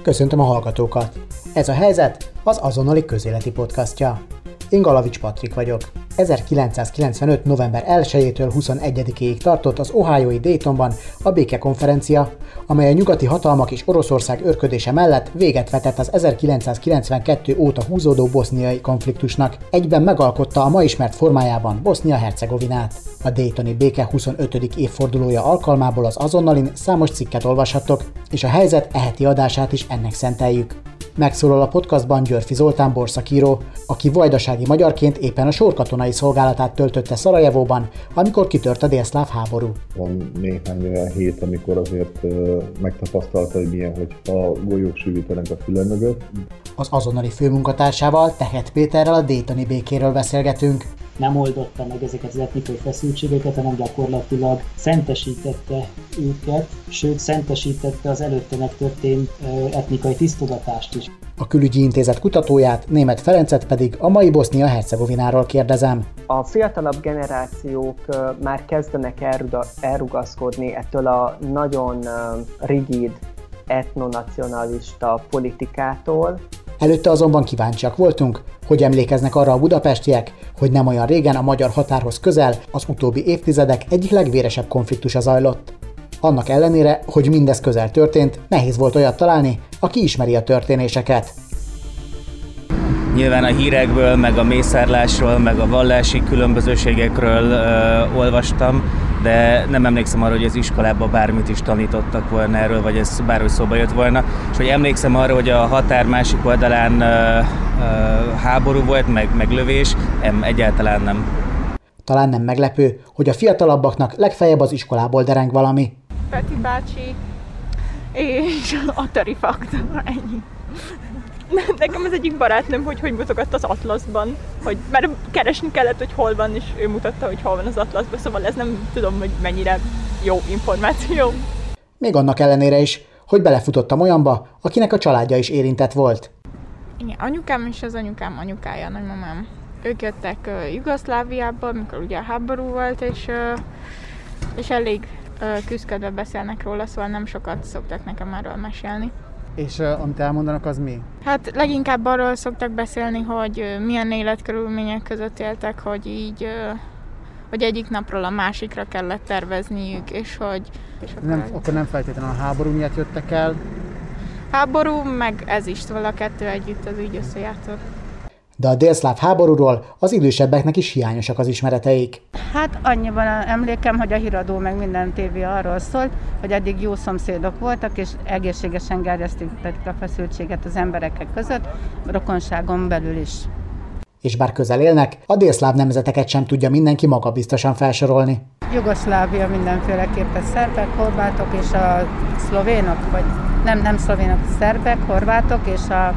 Köszöntöm a hallgatókat! Ez a helyzet az azonnali közéleti podcastja. Én Galavics Patrik vagyok. 1995. november 1-től 21-ig tartott az ohiói Daytonban a békekonferencia, amely a nyugati hatalmak és Oroszország örködése mellett véget vetett az 1992 óta húzódó boszniai konfliktusnak, egyben megalkotta a ma ismert formájában Bosznia-Hercegovinát. A daytoni béke 25. évfordulója alkalmából az azonnalin számos cikket olvashattok, és a helyzet heti adását is ennek szenteljük. Megszólal a podcastban Györfi Zoltán borszakíró, aki vajdasági magyarként éppen a sorkatonai szolgálatát töltötte Szarajevóban, amikor kitört a délszláv háború. Van néhány olyan hét, amikor azért megtapasztalta, hogy milyen, hogy a golyók sűvítenek a füle mögött. Az azonnali főmunkatársával, Tehet Péterrel a daytoni békéről beszélgetünk. Nem oldotta meg ezeket az etnikai feszültségeket, hanem gyakorlatilag szentesítette őket, sőt szentesítette az előtte megtörtént etnikai tisztogatást is. A Külügyi Intézet kutatóját, Németh Ferencet pedig a mai Bosznia-Hercegovináról kérdezem. A fiatalabb generációk már kezdenek elrugaszkodni ettől a nagyon rigid etnonacionalista politikától. Előtte azonban kíváncsiak voltunk, hogy emlékeznek arra a budapestiek, hogy nem olyan régen a magyar határhoz közel az utóbbi évtizedek egyik legvéresebb konfliktusa zajlott. Annak ellenére, hogy mindez közel történt, nehéz volt olyat találni, aki ismeri a történéseket. Nyilván a hírekből, meg a mészárlásról, meg a vallási különbözőségekről olvastam, de nem emlékszem arra, hogy az iskolában bármit is tanítottak volna erről, vagy ez bárhogy szóba jött volna. És hogy emlékszem arra, hogy a határ másik oldalán háború volt, meg lövés, egyáltalán nem. Talán nem meglepő, hogy a fiatalabbaknak legfeljebb az iskolából dereng valami. Peti bácsi és Atari Faktor, ennyi. Nekem az egyik barátnőm, hogy mutogatta az Atlaszban, hogy mert keresni kellett, hogy hol van, és ő mutatta, hogy hol van az Atlaszban, szóval ez nem tudom, hogy mennyire jó információ. Még annak ellenére is, hogy belefutottam olyanba, akinek a családja is érintett volt. Igen, anyukám és az anyukám anyukája, nagymamám. Ők jöttek Jugoszláviából, amikor ugye a háború volt, és elég küszködve beszélnek róla, szóval nem sokat szoktak nekem erről mesélni. És amit elmondanak, az mi? Hát leginkább arról szoktak beszélni, hogy milyen életkörülmények között éltek, hogy így, hogy egyik napról a másikra kellett tervezniük, és hogy... Akkor nem feltétlenül a háború miatt jöttek el? Háború, meg ez is, szóval a kettő együtt az így összejátszott. De a délszláv háborúról az idősebbeknek is hiányosak az ismereteik. Hát annyiban emlékem, hogy a híradó meg minden tévé arról szólt, hogy eddig jó szomszédok voltak, és egészségesen gerjesztették a feszültséget az emberek között, rokonságon belül is. És bár közel élnek, a délszláv nemzeteket sem tudja mindenki magabiztosan felsorolni. Jugoszlávia mindenféleképpen szerbek, horvátok és a szlovénok, vagy nem szlovénok, szerbek, horvátok és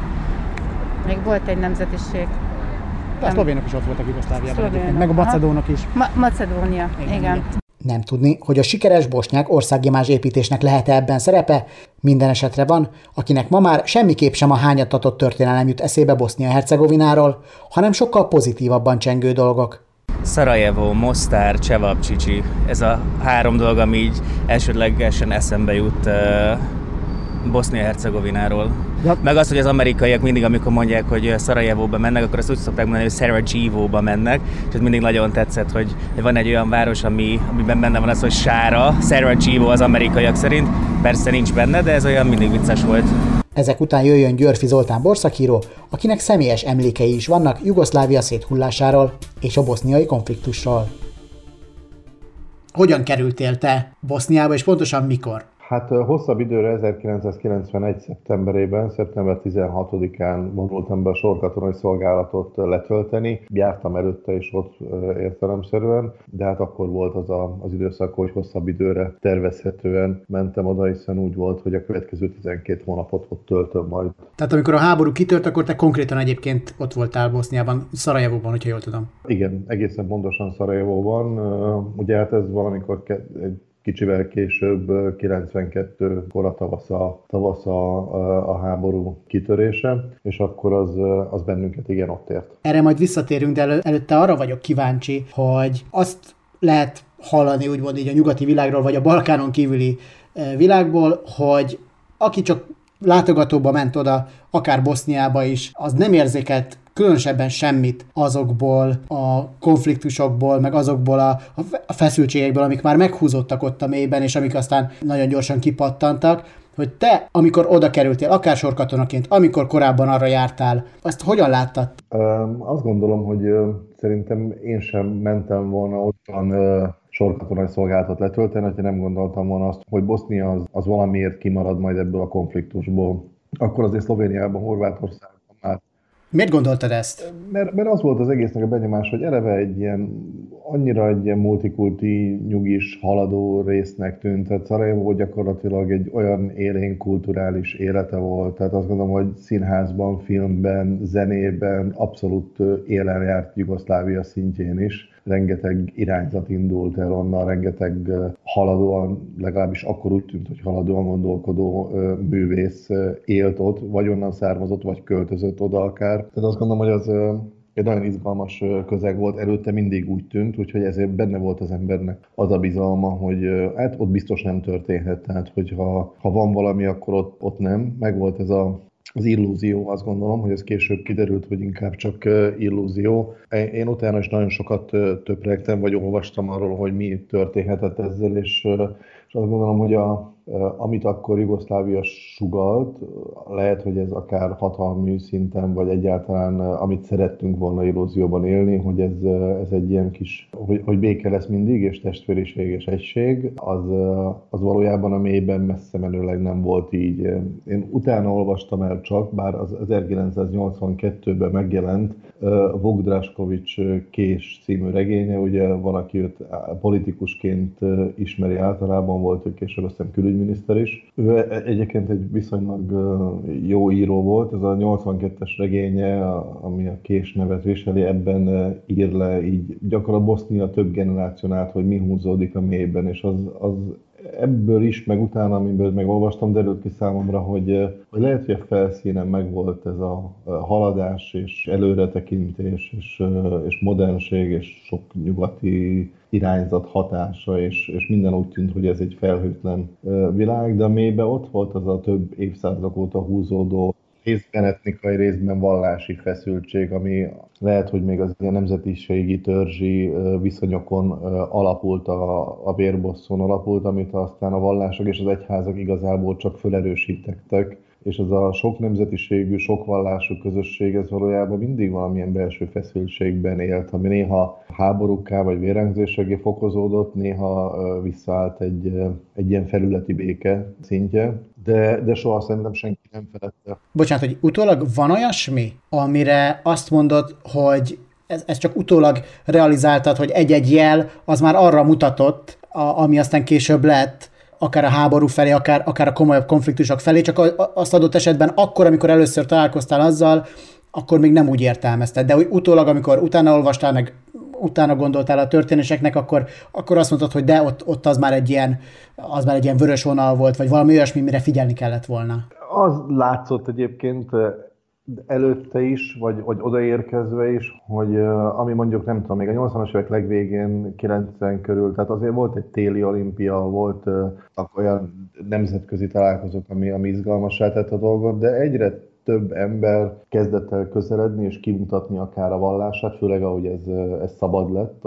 még volt egy nemzetiség. A szlovénok is ott voltak Jugoszláviában, meg a macedónok is. Macedónia, igen. Nem tudni, hogy a sikeres bosnyák országimázs építésnek lehet-e ebben szerepe? Minden esetre van, akinek ma már semmiképp sem a hányattatott történelem jut eszébe Bosznia-Hercegovináról, hanem sokkal pozitívabban csengő dolgok. Szarajevó, Mostar, Csevapcsicsi, ez a három dolog, ami így elsődlegesen eszembe jut Bosznia-Hercegovináról. Ja. Meg az, hogy az amerikaiak mindig, amikor mondják, hogy Szarajevóba mennek, akkor azt úgy szokták mondani, hogy Sarajevo-ba mennek, és ez mindig nagyon tetszett, hogy van egy olyan város, amiben benne van az, hogy sára, Sarajevo az amerikaiak szerint, persze nincs benne, de ez olyan mindig vicces volt. Ezek után jöjjön Györfi Zoltán borszakíró, akinek személyes emlékei is vannak Jugoszlávia széthullásáról és a boszniai konfliktusról. Hogyan kerültél te Boszniába, és pontosan mikor? Hát hosszabb időre 1991. szeptember 16-án vonultam be a sorkatonai szolgálatot letölteni. Jártam előtte is ott értelemszerűen, de hát akkor volt az időszak, hogy hosszabb időre tervezhetően mentem oda, hiszen úgy volt, hogy a következő 12 hónapot ott töltöm majd. Tehát amikor a háború kitört, akkor te konkrétan egyébként ott voltál Boszniában, Szarajevóban, hogyha jól tudom. Igen, egészen pontosan Szarajevóban. Ugye hát ez valamikor kicsivel később, 92-kor a tavasz a háború kitörése, és akkor az bennünket igen ott ért. Erre majd visszatérünk, de előtte arra vagyok kíváncsi, hogy azt lehet hallani, úgymond így a nyugati világról, vagy a Balkánon kívüli világból, hogy aki csak látogatóba ment oda, akár Boszniába is, az nem érzékelt különösebben semmit azokból a konfliktusokból, meg azokból a feszültségekből, amik már meghúzódtak ott a mélyben, és amik aztán nagyon gyorsan kipattantak, hogy te, amikor oda kerültél, akár sorkatonaként, amikor korábban arra jártál, azt hogyan láttad? Azt gondolom, hogy szerintem én sem mentem volna ottan sorkatonai szolgálatot letölteni, hogyha nem gondoltam volna azt, hogy Bosznia az valamiért kimarad majd ebből a konfliktusból. Akkor azért Szlovéniában, Horvátországban már. Miért gondoltad ezt? Mert az volt az egésznek a benyomás, hogy eleve annyira egy ilyen multikulti, nyugis, haladó résznek tűnt. Tehát Szarajevó gyakorlatilag egy olyan élénk kulturális élete volt. Tehát azt gondolom, hogy színházban, filmben, zenében abszolút élen járt Jugoszlávia szintjén is. Rengeteg irányzat indult el onnan, rengeteg haladóan, legalábbis akkor úgy tűnt, hogy haladóan gondolkodó művész élt ott, vagy onnan származott, vagy költözött oda akár. Tehát azt gondolom, hogy az egy nagyon izgalmas közeg volt, előtte mindig úgy tűnt, úgyhogy ezért benne volt az embernek az a bizalma, hogy hát ott biztos nem történhet, tehát hogyha van valami, akkor ott nem. Megvolt ez az illúzió, azt gondolom, hogy ez később kiderült, hogy inkább csak illúzió. Én utána is nagyon sokat töprengtem, vagy olvastam arról, hogy mi történhetett ezzel, és azt gondolom, hogy amit akkor Jugoszlávia sugalt, lehet, hogy ez akár hatalmi szinten, vagy egyáltalán amit szerettünk volna illúzióban élni, hogy ez egy ilyen kis, hogy béke lesz mindig, és testvériség és egység, az valójában a mélyben messze menőleg nem volt így. Én utána olvastam el csak, bár az 1982-ben megjelent Vuk Drašković Kés című regénye, ugye van, aki őt politikusként ismeri általában, volt ő később azt hiszem külügyminiszter is. Ő egyébként egy viszonylag jó író volt, ez a 82-es regénye, ami a Kés nevet viseli, ebben ír le így gyakorlatilag Bosznia több generáción át, hogy mi húzódik a mélyben, és az ebből is, meg utána, amiből megolvastam, derült ki számomra, hogy lehet, hogy a felszínen megvolt ez a haladás és előretekintés és modernség és sok nyugati irányzat hatása, és minden úgy tűnt, hogy ez egy felhőtlen világ, de a mélyben ott volt az a több évszázadok óta húzódó részben etnikai, részben vallási feszültség, ami lehet, hogy még az ilyen nemzetiségi, törzsi viszonyokon alapult, a vérbosszon alapult, amit aztán a vallások és az egyházak igazából csak felerősítettek. És ez a sok nemzetiségű, sok vallású közösség, ez valójában mindig valamilyen belső feszültségben élt, ami néha háborúkká vagy vérengzésekké fokozódott, néha visszaállt egy ilyen felületi béke szintje, de soha szerintem senki nem felette. Bocsánat, hogy utólag van olyasmi, amire azt mondod, hogy ez csak utólag realizáltad, hogy egy-egy jel az már arra mutatott, ami aztán később lett, akár a háború felé, akár a komolyabb konfliktusok felé, csak azt adott esetben akkor, amikor először találkoztál azzal, akkor még nem úgy értelmezted. De hogy utólag, amikor utána olvastál, meg utána gondoltál a történéseknek, akkor azt mondtad, hogy de ott az már egy ilyen vörös vonal volt, vagy valami olyasmi, mire figyelni kellett volna. Az látszott egyébként előtte is, vagy odaérkezve is, hogy ami mondjuk nem tudom, még a 80-as évek legvégén, 90 körül, tehát azért volt egy téli olimpia, volt olyan nemzetközi találkozók, ami izgalmassá tett a dolgot, de egyre több ember kezdett el közeledni és kimutatni akár a vallását, főleg ahogy ez szabad lett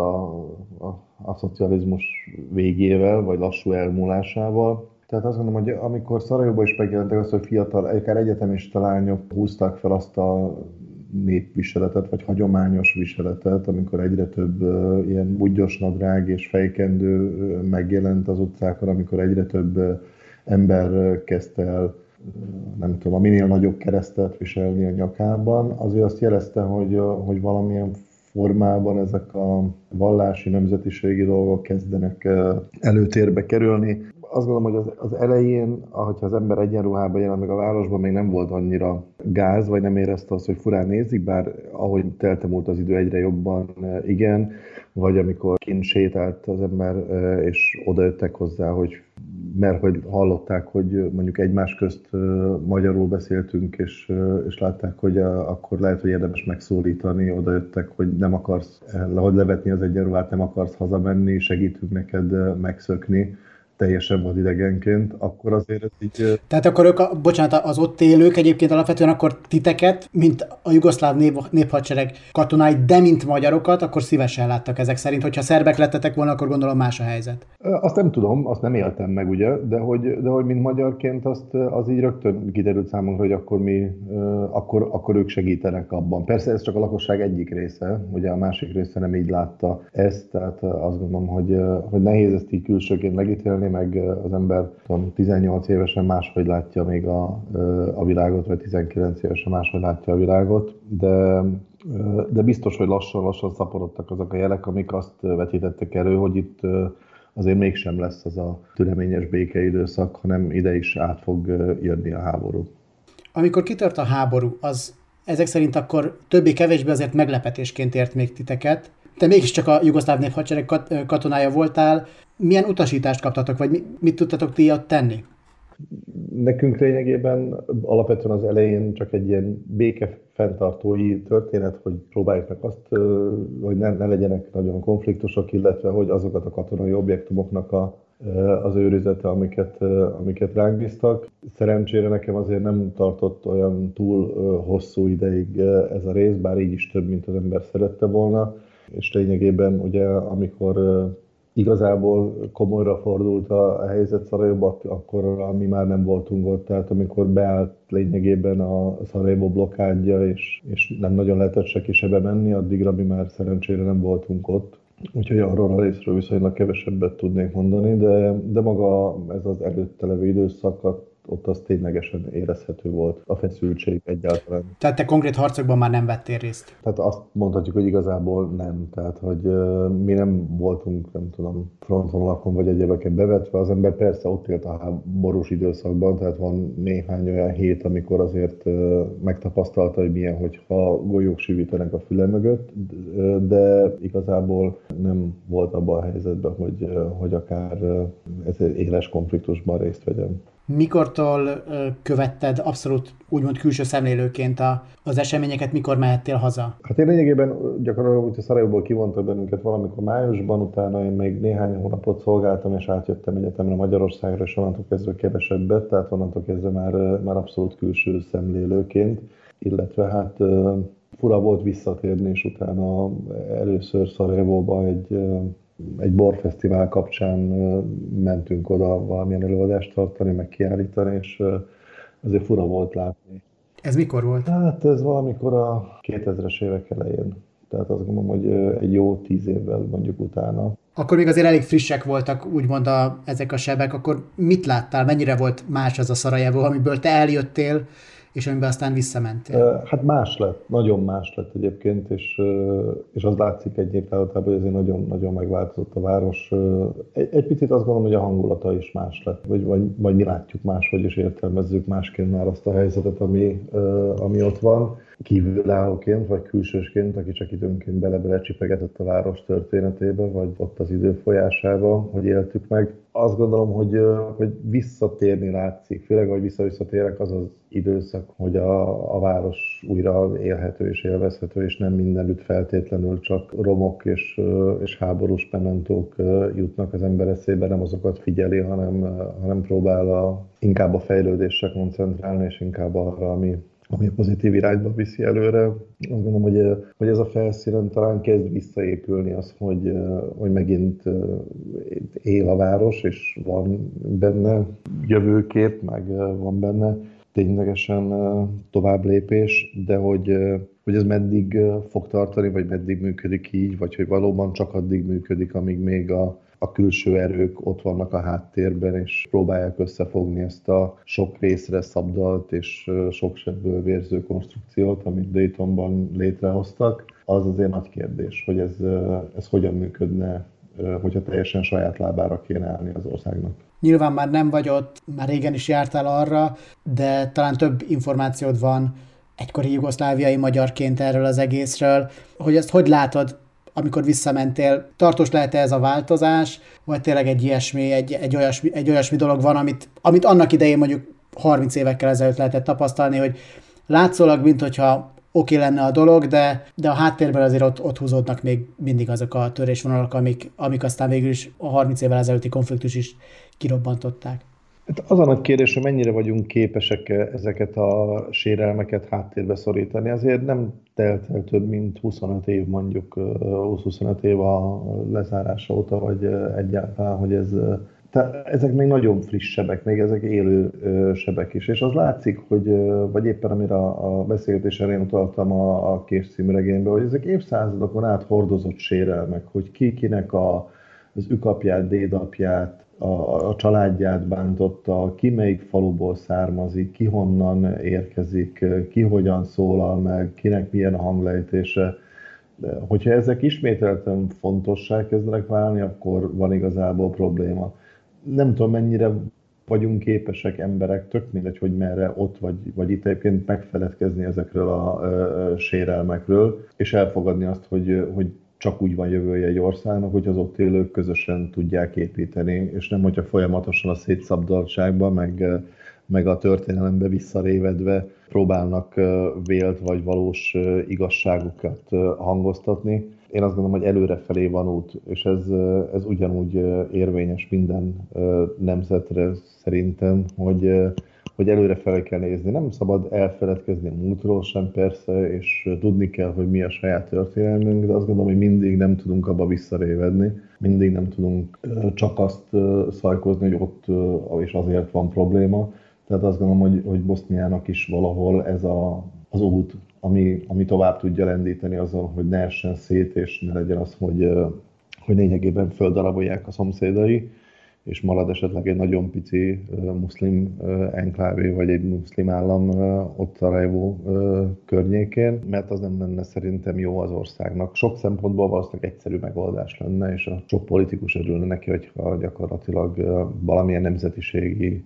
a szocializmus végével, vagy lassú elmúlásával. Tehát azt gondolom, hogy amikor Szarajevóban is megjelentek az, hogy fiatal, akár egyetemista lányok húzták fel azt a népviseletet, vagy hagyományos viseletet, amikor egyre több ilyen buggyos nadrág és fejkendő megjelent az utcákon, amikor egyre több ember kezdte el, nem tudom, a minél nagyobb keresztet viselni a nyakában, azért azt jelezte, hogy valamilyen formában ezek a vallási, nemzetiségi dolgok kezdenek előtérbe kerülni. Azt gondolom, hogy az elején, ahogyha az ember egyenruhában jelent meg a városban, még nem volt annyira gáz, vagy nem érezte azt, hogy furán nézik, bár ahogy telte múlt az idő, egyre jobban igen, vagy amikor kint sétált az ember, és odajöttek hozzá, mert hogy hallották, hogy mondjuk egymás közt magyarul beszéltünk, és látták, hogy akkor lehet, hogy érdemes megszólítani, odajöttek, hogy nem akarsz, hogy levetni az egyenruhát, nem akarsz hazamenni, segítünk neked megszökni. teljesen vadidegenként, akkor azért ez így... Tehát akkor ők, az ott élők egyébként alapvetően akkor titeket, mint a jugoszláv néphadsereg katonái, de mint magyarokat, akkor szívesen láttak ezek szerint. Hogyha szerbek lettetek volna, akkor gondolom más a helyzet. Azt nem tudom, azt nem éltem meg, ugye, de hogy mint magyarként az így rögtön kiderült számunkra, hogy akkor ők segítenek abban. Persze ez csak a lakosság egyik része, ugye a másik része nem így látta ezt, tehát azt gondolom, hogy nehéz ezt így külsőként megítélni, meg az ember 18 évesen máshogy látja még a világot, vagy 19 évesen máshogy látja a világot, de biztos, hogy lassan szaporodtak azok a jelek, amik azt vetítettek elő, hogy itt azért mégsem lesz az a türelményes békeidőszak, hanem ide is át fog jönni a háború. Amikor kitört a háború, az ezek szerint akkor többé-kevésbé azért meglepetésként ért még titeket. Te mégiscsak a jugoszláv néphadsereg katonája voltál. Milyen utasítást kaptatok, vagy mit tudtatok ti ott tenni? Nekünk lényegében alapvetően az elején csak egy ilyen békefenntartói történet, hogy próbáljuk meg azt, hogy ne legyenek nagyon konfliktusok, illetve hogy azokat a katonai objektumoknak az őrizete, amiket ránk bíztak. Szerencsére nekem azért nem tartott olyan túl hosszú ideig ez a rész, bár így is több, mint az ember szerette volna. És lényegében ugye, amikor igazából komolyra fordult a helyzet Szarajevóban, akkor mi már nem voltunk ott, tehát amikor beállt lényegében a Szarajevó blokkádja, és nem nagyon lehetett se kisebbe menni, addigra mi már szerencsére nem voltunk ott. Úgyhogy arról a részről viszonylag kevesebbet tudnék mondani, de maga ez az előtte levő időszak, ott az ténylegesen érezhető volt a feszültség egyáltalán. Tehát te konkrét harcokban már nem vettél részt? Tehát azt mondhatjuk, hogy igazából nem. Tehát, hogy mi nem voltunk, nem tudom, frontvonalakon vagy egyébként bevetve. Az ember persze ott élt a háborús időszakban, tehát van néhány olyan hét, amikor azért megtapasztalta, hogy milyen, hogyha golyók sívítenek a füle mögött, de igazából nem volt abban a helyzetben, hogy akár ez éles konfliktusban részt vegyem. Mikortól követted abszolút úgymond külső szemlélőként az eseményeket, mikor mehettél haza? Hát én lényegében gyakorlatilag úgy a Szarajevóból kivontak bennünket valamikor májusban, utána én még néhány hónapot szolgáltam, és átjöttem egyetemre Magyarországra, és onnantól kezdve kevesebbet, tehát onnantól kezdve már abszolút külső szemlélőként, illetve hát fura volt visszatérni, és utána először Szarajevóba egy borfesztivál kapcsán mentünk oda valamilyen előadást tartani, meg kiállítani, és azért fura volt látni. Ez mikor volt? Hát ez valamikor a 2000-es évek elején. Tehát azt gondolom, hogy egy jó 10 évvel mondjuk utána. Akkor még azért elég frissek voltak, úgymond ezek a sebek. Akkor mit láttál? Mennyire volt más az a Szarajevó, amiből te eljöttél, és amiben aztán visszamentél? Hát más lett, nagyon más lett egyébként, és az látszik egyébként, hogy azért nagyon megváltozott a város. Egy picit azt gondolom, hogy a hangulata is más lett, vagy mi látjuk máshogy, és értelmezzük másként már azt a helyzetet, ami ott van. Kívülállóként, vagy külsősként, aki csak időnként bele-csipegetett a város történetébe, vagy ott az idő folyásába, hogy éltük meg. Azt gondolom, hogy visszatérni látszik, főleg, hogy visszatérek, az az időszak, hogy a város újra élhető és élvezhető, és nem mindenütt feltétlenül csak romok és háborús mementók jutnak az ember eszébe, nem azokat figyeli, hanem próbál inkább a fejlődésre koncentrálni, és inkább arra, ami a pozitív irányba viszi előre. Azt gondolom, hogy ez a felszínen talán kezd visszaépülni az, hogy megint él a város, és van benne jövőkép, meg van benne ténylegesen továbblépés, de hogy ez meddig fog tartani, vagy meddig működik így, vagy hogy valóban csak addig működik, amíg még a külső erők ott vannak a háttérben, és próbálják összefogni ezt a sok részre szabdalt és sok sebből vérző konstrukciót, amit Daytonban létrehoztak. Az azért nagy kérdés, hogy ez hogyan működne, hogyha teljesen saját lábára kéne állni az országnak. Nyilván már nem vagy ott, már régen is jártál arra, de talán több információd van egykori jugoszláviai magyarként erről az egészről, hogy ezt hogy látod, amikor visszamentél, tartós lehet ez a változás, vagy tényleg egy ilyesmi, egy olyasmi dolog van, amit annak idején mondjuk 30 évekkel ezelőtt lehetett tapasztalni, hogy látszólag, minthogyha oké lenne a dolog, de a háttérben azért ott húzódnak még mindig azok a törésvonalak, amik aztán végül is a 30 évvel ezelőtti konfliktus is kirobbantották. Az a nagy kérdés, hogy mennyire vagyunk képesek ezeket a sérelmeket háttérbe szorítani. Azért nem telt el több mint 25 év, mondjuk 20-25 év a lezárása óta, vagy egyáltalán, hogy ezek még nagyon friss sebek, még ezek élő sebek is. És az látszik, hogy, vagy éppen amire a beszélgetés elején utaltam a Kés című regényben, hogy ezek évszázadokon át hordozott sérelmek, hogy kinek az ükapját, dédapját, a családját bántotta, ki melyik faluból származik, ki honnan érkezik, ki hogyan szólal meg, kinek milyen a hanglejtése. Hogyha ezek ismételten fontossá kezdenek válni, akkor van igazából probléma. Nem tudom, mennyire vagyunk képesek emberek, tök mindegy, hogy merre ott vagy itt egyébként megfeledkezni ezekről a sérelmekről, és elfogadni azt, hogy csak úgy van jövője egy országnak, hogy az ott élők közösen tudják építeni, és nem, hogyha folyamatosan a szétszabdaltságba, meg a történelembe visszarévedve próbálnak vélt vagy valós igazságukat hangoztatni. Én azt gondolom, hogy előrefelé van út, és ez ugyanúgy érvényes minden nemzetre szerintem, hogy előrefelé kell nézni. Nem szabad elfeledkezni a múltról sem persze, és tudni kell, hogy mi a saját történelmünk, de azt gondolom, hogy mindig nem tudunk abba visszarévedni, mindig nem tudunk csak azt szajkozni, hogy ott és azért van probléma. Tehát azt gondolom, hogy Boszniának is valahol ez az út, ami tovább tudja lendíteni azon, hogy ne essen szét, és ne legyen az, hogy lényegében földarabolják a szomszédai, és marad esetleg egy nagyon pici muszlim enklávé, vagy egy muszlim állam ott Szarajevó környékén, mert az nem lenne szerintem jó az országnak. Sok szempontból valószínűleg egyszerű megoldás lenne, és a sok politikus örülne neki, hogyha gyakorlatilag valamilyen nemzetiségi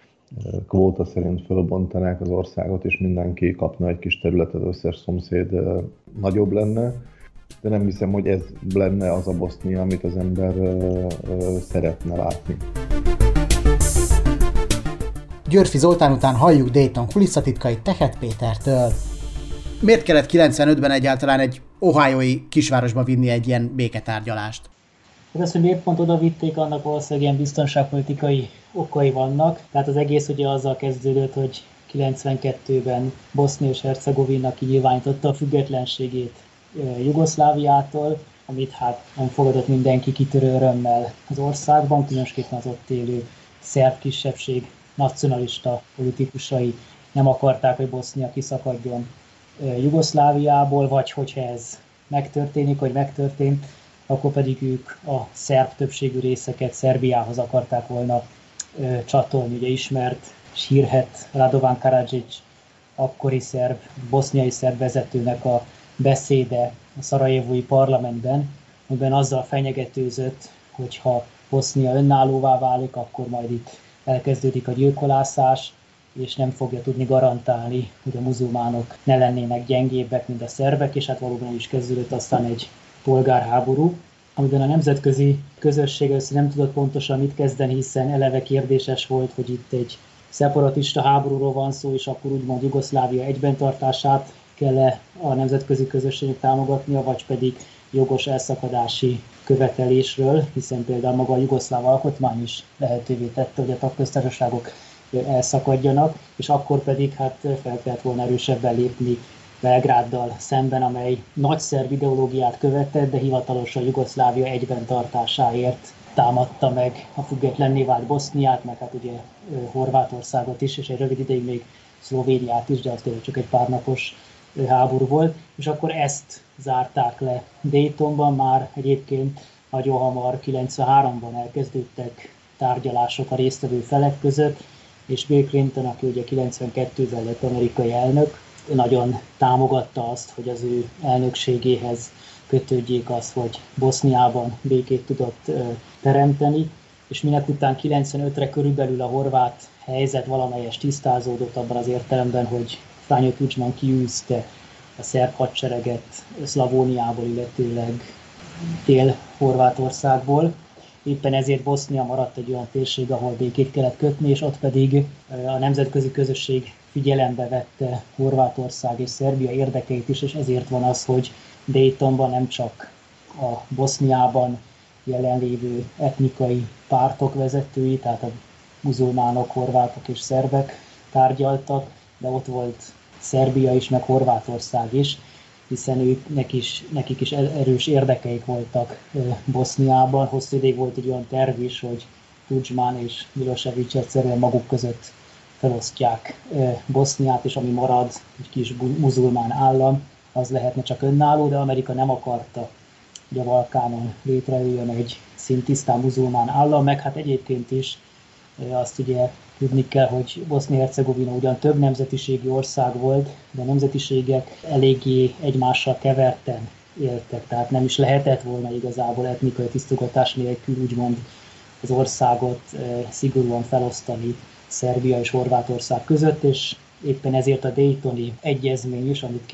kvóta szerint fölbontanák az országot, és mindenki kapna egy kis területet, az összes szomszéd nagyobb lenne. De nem hiszem, hogy ez lenne az a Bosznia, amit az ember szeretne látni. Györfi Zoltán után halljuk Dayton kulisszatitkait Tehet Pétertől. Miért kellett 95-ben egyáltalán egy ohiói kisvárosba vinni egy ilyen béketárgyalást? Az, hogy miért pont oda vitték, annak valószínűleg ilyen biztonságpolitikai okai vannak. Tehát az egész ugye azzal kezdődött, hogy 92-ben Bosznia és Hercegovina kinyilvánította a függetlenségét Jugoszláviától, amit hát nem fogadott mindenki kitörő örömmel az országban, különösképpen az ott élő szerb kisebbség nacionalista politikusai nem akarták, hogy Bosznia kiszakadjon Jugoszláviából, vagy hogyha ez megtörténik, vagy megtörtént, akkor pedig ők a szerb többségű részeket Szerbiához akarták volna csatolni. Ugye ismert és hírhedt Radovan Karadžić, akkori boszniai szerb vezetőnek a beszéde a szarajevói parlamentben, amiben azzal fenyegetőzött, hogy ha Bosznia önállóvá válik, akkor majd itt elkezdődik a gyilkolászás, és nem fogja tudni garantálni, hogy a muzulmánok ne lennének gyengébbek, mint a szerbek, és hát valóban is kezdődött aztán egy polgárháború, amiben a nemzetközi közösség nem tudott pontosan mit kezdeni, hiszen eleve kérdéses volt, hogy itt egy szeparatista háborúról van szó, és akkor úgymond Jugoszlávia egybentartását kell a nemzetközi közösségnek támogatnia, vagy pedig jogos elszakadási követelésről, hiszen például maga a jugoszláv alkotmány is lehetővé tette, hogy a tagköztársaságok elszakadjanak, és akkor pedig hát fel kellett volna erősebben lépni Belgráddal szemben, amely nagy szerb ideológiát követett, de hivatalosan Jugoszlávia egyben tartásáért támadta meg a függetlenné vált Boszniát, meg hát ugye Horvátországot is, és egy rövid ideig még Szlovéniát is, de az tényleg csak egy pár napos háború volt, és akkor ezt zárták le Daytonban, már egyébként nagyon hamar 93-ban elkezdődtek tárgyalások a résztvevő felek között, és Bill Clinton, aki ugye 92-ben lett amerikai elnök, nagyon támogatta azt, hogy az ő elnökségéhez kötődjék azt, hogy Boszniában békét tudott teremteni, és minek után 95-re körülbelül a horvát helyzet valamelyest tisztázódott abban az értelemben, hogy Franjo Tuđman kiűzte a szerb hadsereget Szlavóniából, illetőleg Dél-Horvátországból, éppen ezért Bosznia maradt egy olyan térség, ahol békét kellett kötni, és ott pedig a nemzetközi közösség figyelembe vette Horvátország és Szerbia érdekeit is, és ezért van az, hogy Daytonban nem csak a Boszniában jelenlévő etnikai pártok vezetői, tehát a muzulmánok, horvátok és szerbek tárgyaltak, de ott volt Szerbia is, meg Horvátország is, hiszen nekik is erős érdekeik voltak Boszniában. Hosszú ideig volt egy olyan terv is, hogy Tudjman és Milosevic egyszerűen maguk között felosztják Boszniát, és ami marad, egy kis muzulmán állam, az lehetne csak önálló, de Amerika nem akarta, hogy a Balkánon létrejöjjön egy szintisztán muzulmán állam, meg hát egyébként is azt ugye tudni kell, hogy Bosznia-Hercegovina ugyan több nemzetiségi ország volt, de a nemzetiségek eléggé egymással keverten éltek, tehát nem is lehetett volna igazából etnikai tisztogatás nélkül úgymond az országot szigorúan felosztani Szerbia és Horvátország között, és éppen ezért a Daytoni egyezmény is, amit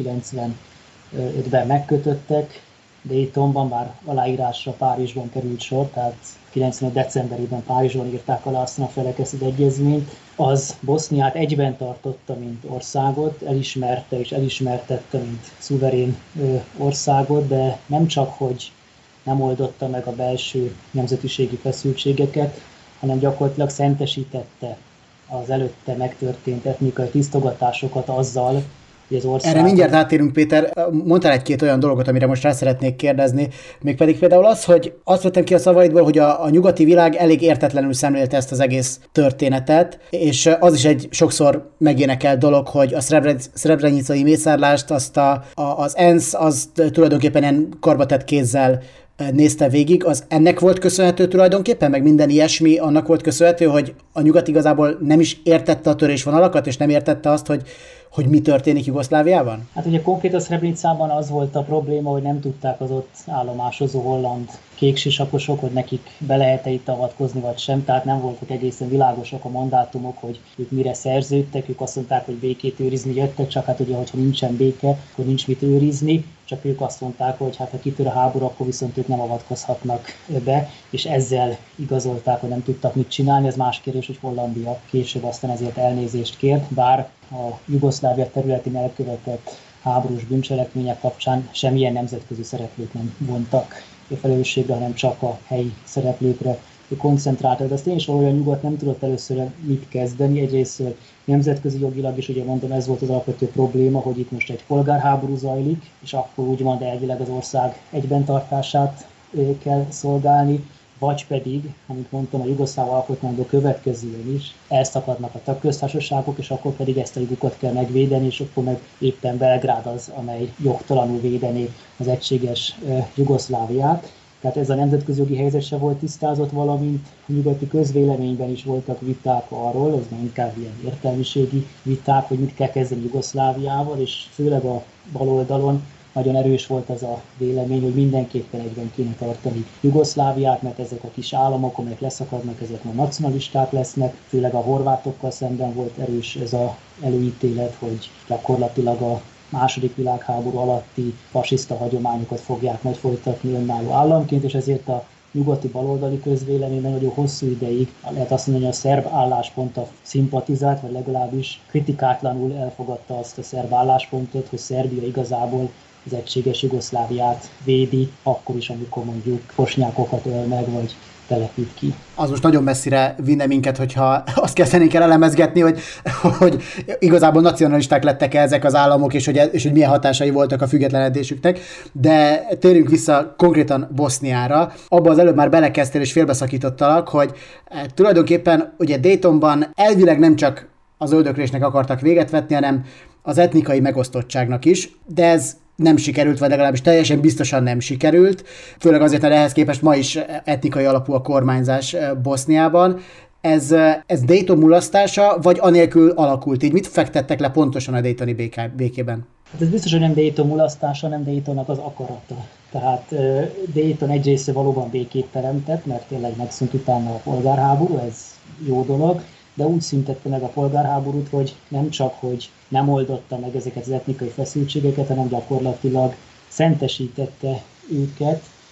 95-ben megkötöttek, Daytonban már aláírásra Párizsban került sor, tehát 95. decemberében Párizsban írták alá aztán a felek ezt az egyezményt, az Boszniát egyben tartotta, mint országot, elismerte és elismertette, mint szuverén országot, de nem csak, hogy nem oldotta meg a belső nemzetiségi feszültségeket, hanem gyakorlatilag szentesítette az előtte megtörtént etnikai tisztogatásokat azzal, hogy az ország... Erre mindjárt átérünk, Péter. Mondtál egy-két olyan dolgot, amire most rá szeretnék kérdezni, mégpedig például az, hogy azt vettem ki a szavaidból, hogy a nyugati világ elég értetlenül szemlélte ezt az egész történetet, és az is egy sokszor megénekelt dolog, hogy a szrebrenicai mészárlást azt az ENSZ az tulajdonképpen ilyen karbatett kézzel nézte végig, az ennek volt köszönhető tulajdonképpen, meg minden ilyesmi annak volt köszönhető, hogy a nyugat igazából nem is értette a törésvonalakat, és nem értette azt, hogy mi történik Jugoszláviában? Hát ugye konkrét a Srebrenicában az volt a probléma, hogy nem tudták az ott állomásozó holland kéksisakosok, hogy nekik be lehet-e itt avatkozni, vagy sem, tehát nem voltak egészen világosak a mandátumok, hogy ők mire szerződtek, ők azt mondták, hogy békét őrizni jöttek, csak hát ugye, hogyha nincsen béke, akkor nincs mit őrizni, csak ők azt mondták, hogy hát ha kitör a háború, akkor viszont ők nem avatkozhatnak be, és ezzel igazolták, hogy nem tudtak mit csinálni. Ez más kérdés, hogy Hollandia később aztán ezért elnézést kért, bár a Jugoszlávia területén elkövetett háborús bűncselekmények kapcsán semmilyen nemzetközi szereplőt nem vontak a felelősségre, hanem csak a helyi szereplőkre koncentráltak. De azt én is valójában nyugat nem tudott először mit kezdeni. Egyrészt nemzetközi jogilag is, ugye mondom, ez volt az alapvető probléma, hogy itt most egy polgárháború zajlik, és akkor úgymond elvileg az ország egyben tartását kell szolgálni, vagy pedig, amit mondtam, a jugoszláv alkotmányból következően is elszakadnak a tagköztársaságok, és akkor pedig ezt a jogukat kell megvédeni, és akkor meg éppen Belgrád az, amely jogtalanul védené az egységes Jugoszláviát. Tehát ez a nemzetközi jogi helyzet se volt tisztázott, valamint a nyugati közvéleményben is voltak viták arról, ez már inkább ilyen értelmiségi viták, hogy mit kell kezdeni Jugoszláviával, és főleg a baloldalon nagyon erős volt az a vélemény, hogy mindenképpen egyben kéne tartani Jugoszláviát, mert ezek a kis államok, amelyek leszakadnak, ezek már nacionalisták lesznek, főleg a horvátokkal szemben volt erős ez az előítélet, hogy gyakorlatilag a második világháború alatti fasiszta hagyományokat fogják majd folytatni önálló államként, és ezért a nyugati baloldali közvéleményben nagyon hosszú ideig lehet azt mondani, hogy a szerb állásponttal szimpatizált, vagy legalábbis kritikátlanul elfogadta azt a szerb álláspontot, hogy Szerbia igazából az egységes Jugoszláviát védi, akkor is, amikor mondjuk bosnyákokat öl meg, vagy telepít ki. Az most nagyon messzire vinne minket, hogyha azt kezdenénk el elemezgetni, hogy igazából nacionalisták lettek ezek az államok, és hogy milyen hatásai voltak a függetlenedésüknek. De térjünk vissza konkrétan Boszniára. Abba az előbb már belekezdtél és félbeszakítottalak, hogy tulajdonképpen ugye Daytonban elvileg nem csak az öldöklésnek akartak véget vetni, hanem az etnikai megosztottságnak is, de ez nem sikerült, vagy legalábbis teljesen biztosan nem sikerült. Főleg azért, mert ehhez képest ma is etnikai alapú a kormányzás Boszniában. Ez Dayton mulasztása, vagy anélkül alakult így? Mit fektettek le pontosan a Daytoni békében? Hát ez biztos, hogy nem Dayton mulasztása, hanem Daytonnak az akarata. Tehát Dayton egyrészt valóban békét teremtett, mert tényleg megszűnt utána a polgárháború, ez jó dolog, de úgy szüntette meg a polgárháborút, hogy nem csak, hogy nem oldotta meg ezeket az etnikai feszültségeket, hanem gyakorlatilag szentesítette őket,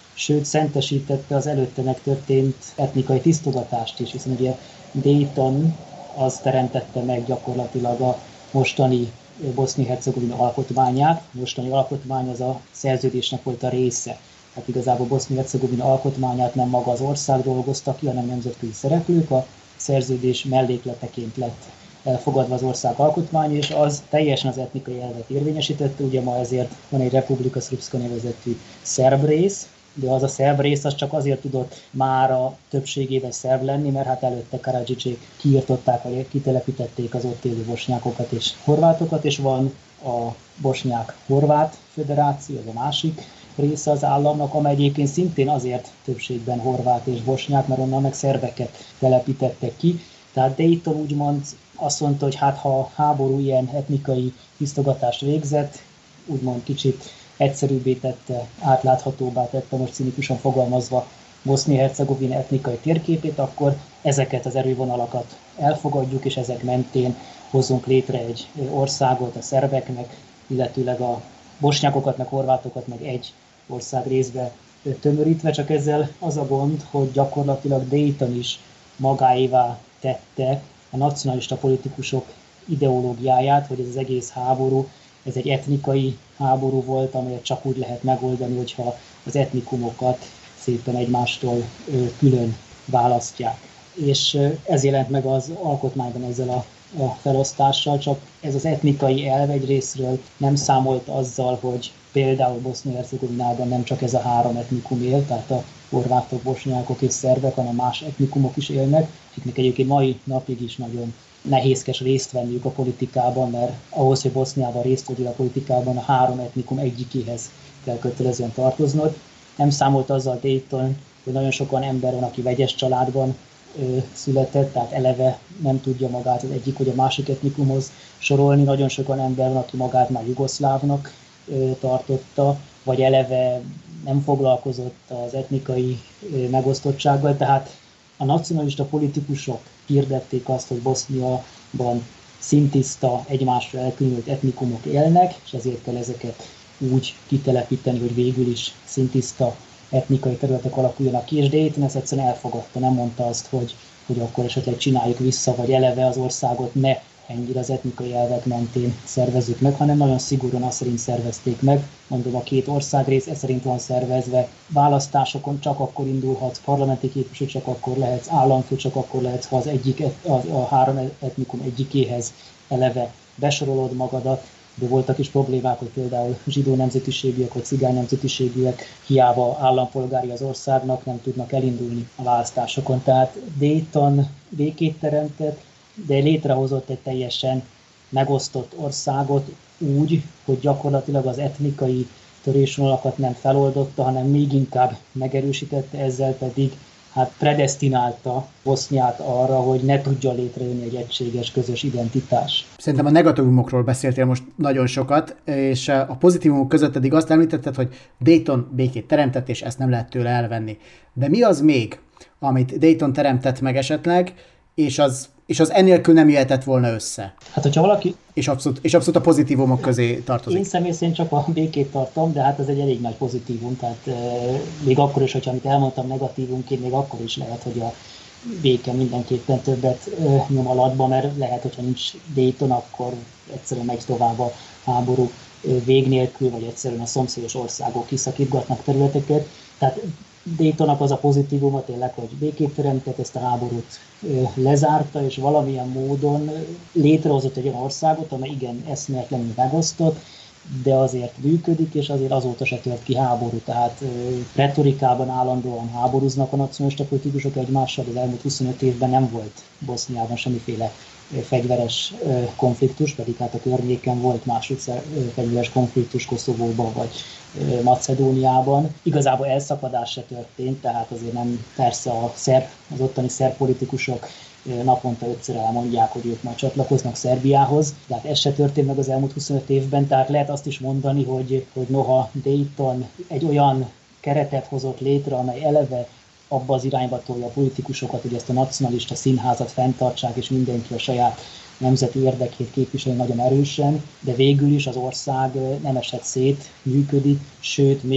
sőt szentesítette az előtte megtörtént etnikai tisztogatást is, hiszen ugye Dayton az teremtette meg gyakorlatilag a mostani Bosznia-Hercegovina alkotmányát. A mostani alkotmány az a szerződésnek volt a része. Hát igazából Bosznia-Hercegovina alkotmányát nem maga az ország dolgozta ki, hanem nemzetközi szereplők. A szerződés mellékleteként lett elfogadva az ország alkotmánya, és az teljesen az etnikai elvet érvényesítette. Ugye ma ezért van egy Republika Srpska nevezetű szerb rész, de az a szerb rész az csak azért tudott mára többségében szerb lenni, mert hát előtte Karadžićék kiirtották, vagy kitelepítették az ott élő bosnyákokat és horvátokat, és van a Bosnyák-Horvát Föderáció, az a másik része az államnak, amely egyébként szintén azért többségben horvát és bosnyák, mert onnan meg szerbeket telepítettek ki. Tehát Dayton úgymond azt mondta, hogy hát ha a háború ilyen etnikai tisztogatást végzett, úgymond kicsit egyszerűbbé tette, átláthatóbbá tette, most cinikusan fogalmazva, Bosznia-Hercegovina etnikai térképét, akkor ezeket az erővonalakat elfogadjuk, és ezek mentén hozzunk létre egy országot a szerbeknek, illetőleg a bosnyákokat, meg horvátokat, meg egy ország részbe tömörítve, csak ezzel az a gond, hogy gyakorlatilag Dayton is magáévá tette a nacionalista politikusok ideológiáját, hogy ez az egész háború, ez egy etnikai háború volt, amelyet csak úgy lehet megoldani, hogyha az etnikumokat szépen egymástól külön választják. És ez jelent meg az alkotmányban ezzel a felosztással, csak ez az etnikai elv egy részről nem számolt azzal, hogy például Bosznia-Hercegovinában nem csak ez a három etnikum él, tehát a horvátok, bosnyákok és szerbek, hanem más etnikumok is élnek, akiknek egyébként mai napig is nagyon nehézkes részt venniük a politikában, mert ahhoz, hogy Boszniában részt vegyél a politikában, a három etnikum egyikéhez kell kötelezően tartoznod. Nem számolt azzal Dayton, hogy nagyon sokan ember van, aki vegyes családban született, tehát eleve nem tudja magát az egyik vagy a másik etnikumhoz sorolni. Nagyon sokan ember van, aki magát már jugoszlávnak tartotta, vagy eleve nem foglalkozott az etnikai megosztottsággal, tehát a nacionalista politikusok hirdették azt, hogy Boszniában szintiszta, egymásra elkülönült etnikumok élnek, és ezért kell ezeket úgy kitelepíteni, hogy végül is szintiszta etnikai területek alakuljanak ki, és Dayton ezt egyszerűen elfogadta, nem mondta azt, hogy akkor esetleg csináljuk vissza, vagy eleve az országot ne ennyire az etnikai elvek mentén szervezzük meg, hanem nagyon szigorúan azt szerint szervezték meg. Mondom, a két országrész ez szerint van szervezve. Választásokon csak akkor indulhatsz, parlamenti képviselő csak akkor lehetsz, államfő csak akkor lehetsz, ha az egyik, a három etnikum egyikéhez eleve besorolod magadat. De voltak is problémák, hogy például zsidó nemzetiségűek vagy cigány nemzetiségűek hiába állampolgári az országnak nem tudnak elindulni a választásokon. Tehát Dayton békét teremtett, de létrehozott egy teljesen megosztott országot úgy, hogy gyakorlatilag az etnikai törésvonalakat nem feloldotta, hanem még inkább megerősítette, ezzel pedig predesztinálta Boszniát arra, hogy ne tudja létrejönni egy egységes, közös identitás. Szerintem a negatívumokról beszéltél most nagyon sokat, és a pozitívumok között eddig azt említetted, hogy Dayton békét teremtett, és ezt nem lehet tőle elvenni. De mi az még, amit Dayton teremtett meg esetleg, és az ennélkül nem jöhetett volna össze? Hát, hogyha valaki... És abszolút a pozitívumok közé tartozik. Én személy szerint csak a békét tartom, de hát ez egy elég nagy pozitívum, tehát még akkor is, hogyha amit elmondtam negatívumként, még akkor is lehet, hogy a béke mindenképpen többet nyom alatba, mert lehet, hogyha nincs Dayton, akkor egyszerűen megy tovább a háború vég nélkül, vagy egyszerűen a szomszédos országok kiszakítgatnak területeket. Tehát Daytonnak az a pozitívuma tényleg, hogy békét teremtett, ezt a háborút lezárta, és valamilyen módon létrehozott egy olyan országot, amely igen eszméletlenül megosztott, de azért működik, és azért azóta se tört ki háború. Tehát retorikában állandóan háborúznak a nacionalista politikusok egymással, de az elmúlt 25 évben nem volt Boszniában semmiféle fegyveres konfliktus, pedig hát a környéken volt másodszer fegyveres konfliktus Koszovóban vagy Macedóniában. Igazából elszakadás se történt, tehát azért nem, persze az ottani szerb politikusok naponta 5-ször elmondják, hogy ők majd csatlakoznak Szerbiához, de hát ez se történt meg az elmúlt 25 évben, tehát lehet azt is mondani, hogy noha Dayton egy olyan keretet hozott létre, amely eleve abba az irányba tolja a politikusokat, hogy ezt a nacionalista színházat fenntartsák, és mindenki a saját nemzeti érdekét képviseli nagyon erősen, de végül is az ország nem esett szét, működik, sőt, még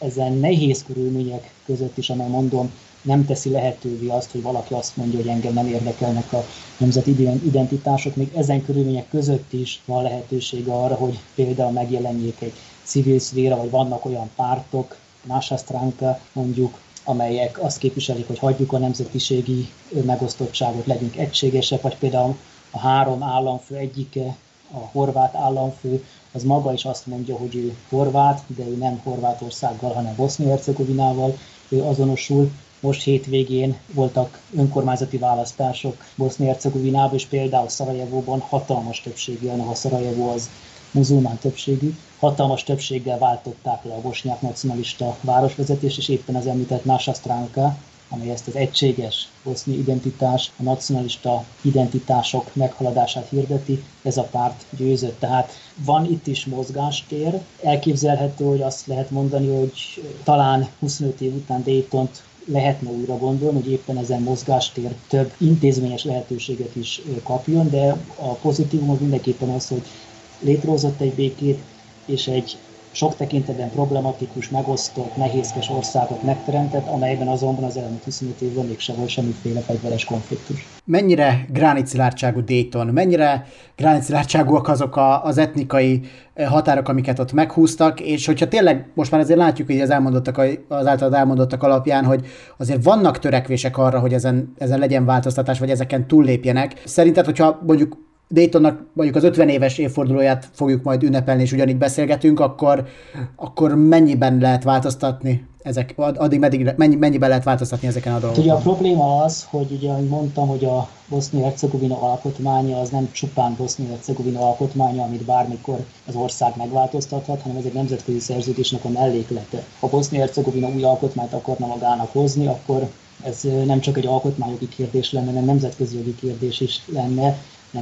ezen nehéz körülmények között is, amely mondom, nem teszi lehetővé azt, hogy valaki azt mondja, hogy engem nem érdekelnek a nemzeti identitások, még ezen körülmények között is van lehetősége arra, hogy például megjelenjék egy civil szféra, vagy vannak olyan pártok, Naša Stranka mondjuk, amelyek azt képviselik, hogy hagyjuk a nemzetiségi megosztottságot, legyünk egységesek, vagy például a 3 államfő egyike, a horvát államfő, az maga is azt mondja, hogy ő horvát, de ő nem Horvátországgal, hanem Bosznia-Hercegovinával ő azonosul. Most hétvégén voltak önkormányzati választások Bosznia-Hercegovinában, és például Szarajevóban hatalmas többséggel, a Szarajevó az muzulmán többségű, hatalmas többséggel váltották le a bosnyák nacionalista városvezetést, és éppen az említett Naša Stranka, amely ezt az egységes boszniai identitás, a nacionalista identitások meghaladását hirdeti, ez a párt győzött. Tehát van itt is mozgástér. Elképzelhető, hogy azt lehet mondani, hogy talán 25 év után Daytont lehetne újra gondolni, hogy éppen ezen mozgástér több intézményes lehetőséget is kapjon, de a pozitívum mindenképpen az, hogy létrehozott egy békét, és egy sok tekintetben problematikus, megosztott, nehézkes országot megteremtett, amelyben azonban az elmúlt 25 évben mégsem volt semmiféle fegyveres konfliktus. Mennyire gránitszilárdságú Dayton, mennyire gránitszilárdságúak azok az etnikai határok, amiket ott meghúztak, és hogyha tényleg most már azért látjuk így az általad elmondottak alapján, hogy azért vannak törekvések arra, hogy ezen legyen változtatás, vagy ezeken túllépjenek. Szerinted, hogyha mondjuk Daytonnak mondjuk az 50 éves évfordulóját fogjuk majd ünnepelni, és ugyanígy beszélgetünk, akkor mennyiben lehet változtatni mennyiben lehet változtatni ezeken a dolgokon? Ugye a probléma az, hogy ugye, ahogy mondtam, hogy a Bosznia-Hercegovina alkotmánya az nem csupán Bosznia-Hercegovina alkotmánya, amit bármikor az ország megváltoztathat, hanem ez egy nemzetközi szerződésnek a melléklete. Ha Bosznia-Hercegovina új alkotmányt akarna magának hozni, akkor ez nem csak egy alkotmányjogi kérdés lenne, hanem nemzetközi jogi kérdés is lenne.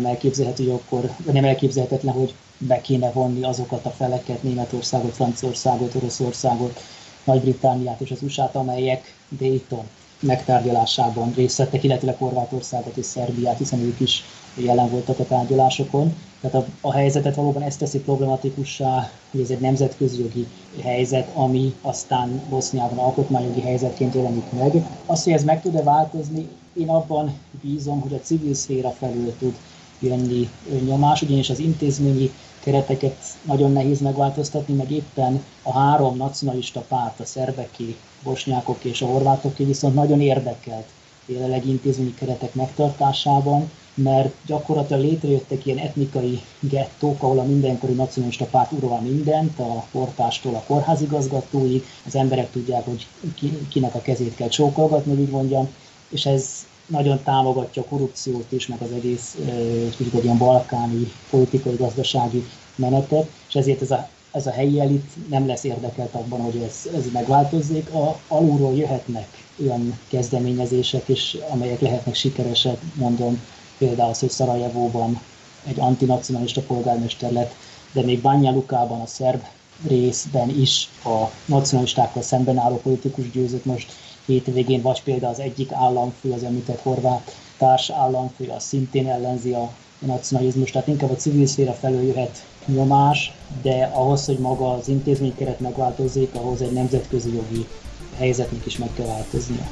Nem elképzelhetetlen, hogy be kéne vonni azokat a feleket, Németországot, Franciaországot, Oroszországot, Nagy-Britanniát és az USA-t, amelyek Dayton megtárgyalásában részt vettek, illetve Horvátországot és Szerbiát, hiszen ők is jelen voltak a tárgyalásokon. Tehát a helyzetet valóban ezt teszi problematikussá, hogy ez egy nemzetközi jogi helyzet, ami aztán Boszniában alkotmányjogi helyzetként jelenik meg. Azt, hogy ez meg tud-e változni, én abban bízom, hogy a civil szféra felül tud jönni nyomás, ugyanis az intézményi kereteket nagyon nehéz megváltoztatni, meg éppen a 3 nacionalista párt, a szerbeké, bosnyákoké és a horvátoké viszont nagyon érdekelt jelenleg intézményi keretek megtartásában, mert gyakorlatilag létrejöttek ilyen etnikai gettók, ahol a mindenkori nacionalista párt ural mindent, a portástól a kórházigazgatóig, az emberek tudják, hogy kinek a kezét kell csókolgatni, úgy mondjam, és ez nagyon támogatja a korrupciót is, meg az egész egy ilyen balkáni politikai-gazdasági menetet, és ezért ez a helyi elit nem lesz érdekelt abban, hogy ez megváltozzék. Alulról jöhetnek olyan kezdeményezések is, amelyek lehetnek sikeresek, mondom, például az, hogy Szarajevóban egy antinacionalista polgármester lett, de még Banja Lukában, a szerb részben is a nacionalistákkal szemben álló politikus győzött most hétvégén, vagy például az egyik államfő, az említett horvát társ államfő, az szintén ellenzi a nacionalizmus, tehát inkább a civil szféra felől jöhet nyomás, de ahhoz, hogy maga az intézménykeret megváltozzék, ahhoz egy nemzetközi jogi helyzetnek is meg kell változnia.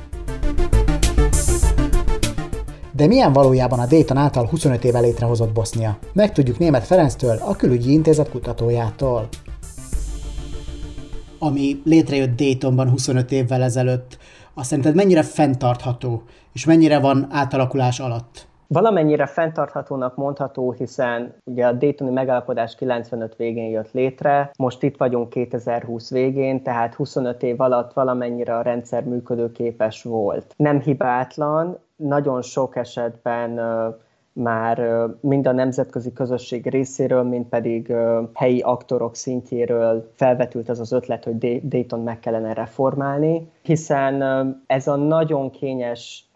De milyen valójában a Dayton által 25 éve létrehozott Bosznia? Megtudjuk Németh Ferenctől, a Külügyi Intézet kutatójától. Ami létrejött Daytonban 25 évvel ezelőtt, azt szerinted mennyire fenntartható, és mennyire van átalakulás alatt? Valamennyire fenntarthatónak mondható, hiszen ugye a Daytoni megállapodás 95 végén jött létre, most itt vagyunk 2020 végén, tehát 25 év alatt valamennyire a rendszer működőképes volt. Nem hibátlan, nagyon sok esetben már mind a nemzetközi közösség részéről, mind pedig helyi aktorok szintjéről felvetült az ötlet, hogy Dayton meg kellene reformálni, hiszen ez a nagyon kényes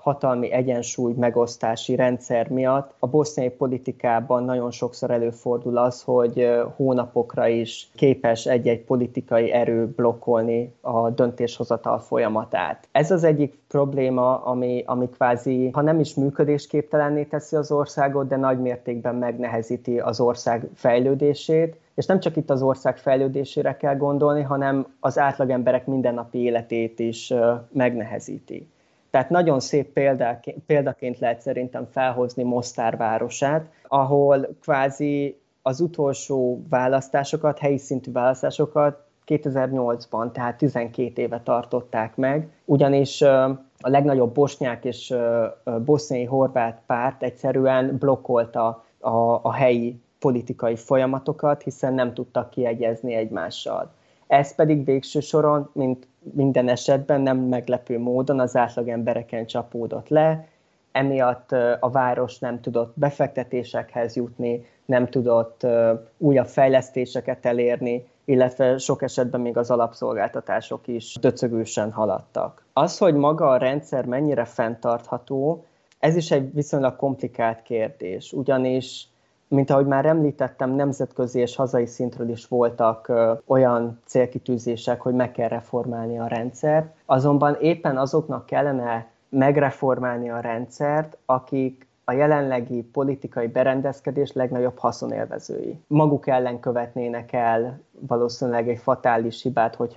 hatalmi egyensúly megosztási rendszer miatt a boszniai politikában nagyon sokszor előfordul az, hogy hónapokra is képes egy-egy politikai erő blokkolni a döntéshozatal folyamatát. Ez az egyik probléma, ami kvázi, ha nem is működésképtelenné teszi az országot, de nagy mértékben megnehezíti az ország fejlődését. És nem csak itt az ország fejlődésére kell gondolni, hanem az átlagemberek mindennapi életét is megnehezíti. Tehát nagyon szép példaként lehet szerintem felhozni Mostár városát, ahol kvázi az utolsó választásokat, helyi szintű választásokat 2008-ban, tehát 12 éve tartották meg, ugyanis a legnagyobb bosnyák és boszniai horvát párt egyszerűen blokkolta a helyi politikai folyamatokat, hiszen nem tudtak kiegyezni egymással. Ez pedig végső soron, mint minden esetben nem meglepő módon az átlagembereken csapódott le, emiatt a város nem tudott befektetésekhez jutni, nem tudott újabb fejlesztéseket elérni, illetve sok esetben még az alapszolgáltatások is döcögősen haladtak. Az, hogy maga a rendszer mennyire fenntartható, ez is egy viszonylag komplikált kérdés, ugyanis mint ahogy már említettem, nemzetközi és hazai szintről is voltak olyan célkitűzések, hogy meg kell reformálni a rendszert, azonban éppen azoknak kellene megreformálni a rendszert, akik a jelenlegi politikai berendezkedés legnagyobb haszonélvezői. Maguk ellen követnének el valószínűleg egy fatális hibát, hogyha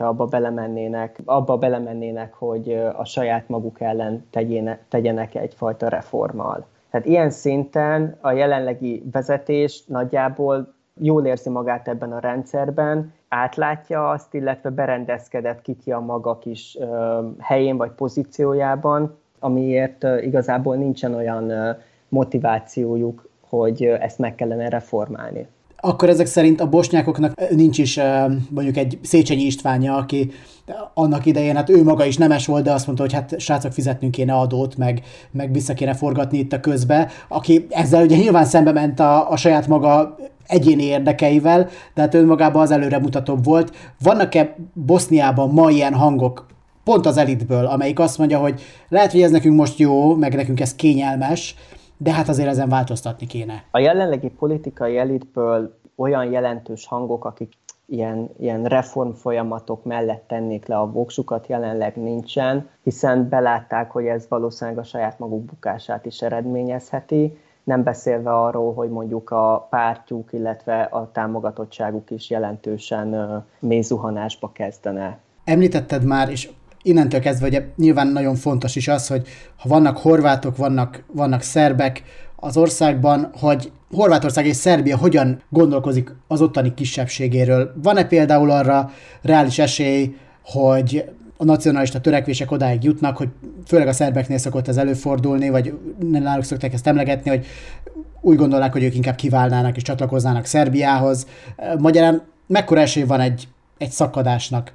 abba belemennének, hogy a saját maguk ellen tegyenek egyfajta reformmal. Tehát ilyen szinten a jelenlegi vezetés nagyjából jól érzi magát ebben a rendszerben, átlátja azt, illetve berendezkedett ki a maga kis helyén vagy pozíciójában, amiért igazából nincsen olyan motivációjuk, hogy ezt meg kellene reformálni. Akkor ezek szerint a bosnyákoknak nincs is mondjuk egy Széchenyi Istvánja, aki annak idején, hát ő maga is nemes volt, de azt mondta, hogy hát srácok, fizetnünk kéne adót, meg vissza kéne forgatni itt a közbe, aki ezzel ugye nyilván szembe ment a saját maga egyéni érdekeivel, de hát önmagában az előremutatóbb volt. Vannak-e Boszniában ma ilyen hangok, pont az elitből, amelyik azt mondja, hogy lehet, hogy ez nekünk most jó, meg nekünk ez kényelmes, de hát azért ezen változtatni kéne. A jelenlegi politikai elitből olyan jelentős hangok, akik ilyen reformfolyamatok mellett tennék le a voksukat, jelenleg nincsen, hiszen belátták, hogy ez valószínűleg a saját maguk bukását is eredményezheti, nem beszélve arról, hogy mondjuk a pártjuk, illetve a támogatottságuk is jelentősen mélyzuhanásba kezdene. Említetted már, és innentől kezdve ugye nyilván nagyon fontos is az, hogy ha vannak horvátok, vannak szerbek az országban, hogy Horvátország és Szerbia hogyan gondolkozik az ottani kisebbségéről. Van-e például arra reális esély, hogy a nacionalista törekvések odáig jutnak, hogy főleg a szerbeknél szokott ez előfordulni, vagy náluk szokták ezt emlegetni, hogy úgy gondolnák, hogy ők inkább kiválnának és csatlakoznának Szerbiához. Magyarán mekkora esély van egy szakadásnak